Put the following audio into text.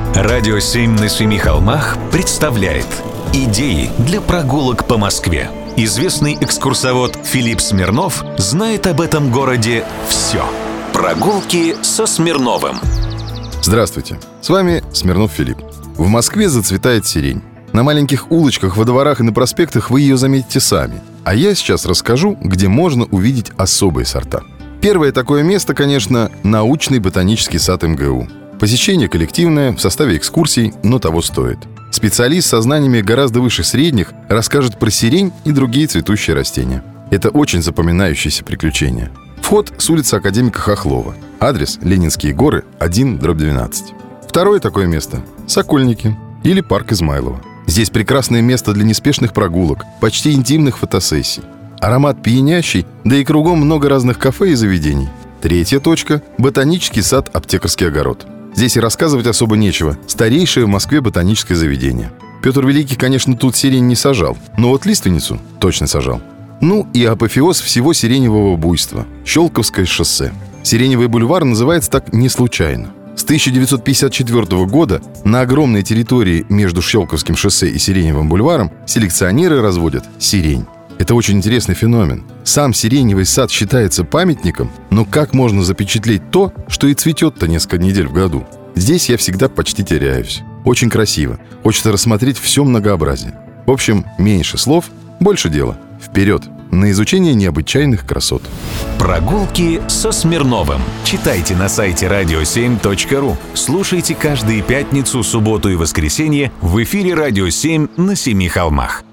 Радио 7 на семи холмах представляет идеи для прогулок по Москве. Известный экскурсовод Филипп Смирнов знает об этом городе все. Прогулки со Смирновым. Здравствуйте, с вами Смирнов Филипп. В Москве зацветает сирень. На маленьких улочках, во дворах и на проспектах вы ее заметите сами. А я сейчас расскажу, где можно увидеть особые сорта. Первое такое место, конечно, научный ботанический сад МГУ. Посещение коллективное, в составе экскурсий, но того стоит. Специалист со знаниями гораздо выше средних расскажет про сирень и другие цветущие растения. Это очень запоминающееся приключение. Вход с улицы Академика Хохлова. Адрес: Ленинские горы, 1/12. Второе такое место – Сокольники или парк Измайлова. Здесь прекрасное место для неспешных прогулок, почти интимных фотосессий. Аромат пьянящий, да и кругом много разных кафе и заведений. Третья точка – ботанический сад «Аптекарский огород». Здесь и рассказывать особо нечего. Старейшее в Москве ботаническое заведение. Петр Великий, конечно, тут сирень не сажал, но вот лиственницу точно сажал. Ну и апофеоз всего сиреневого буйства – Щелковское шоссе. Сиреневый бульвар называется так не случайно. С 1954 года на огромной территории между Щелковским шоссе и Сиреневым бульваром селекционеры разводят сирень. Это очень интересный феномен. Сам сиреневый сад считается памятником, но как можно запечатлеть то, что и цветет-то несколько недель в году? Здесь я всегда почти теряюсь. Очень красиво. Хочется рассмотреть все многообразие. В общем, меньше слов, больше дела. Вперед! На изучение необычайных красот. Прогулки со Смирновым. Читайте на сайте radio7.ru. Слушайте каждые пятницу, субботу и воскресенье в эфире «Радио 7» на семи холмах.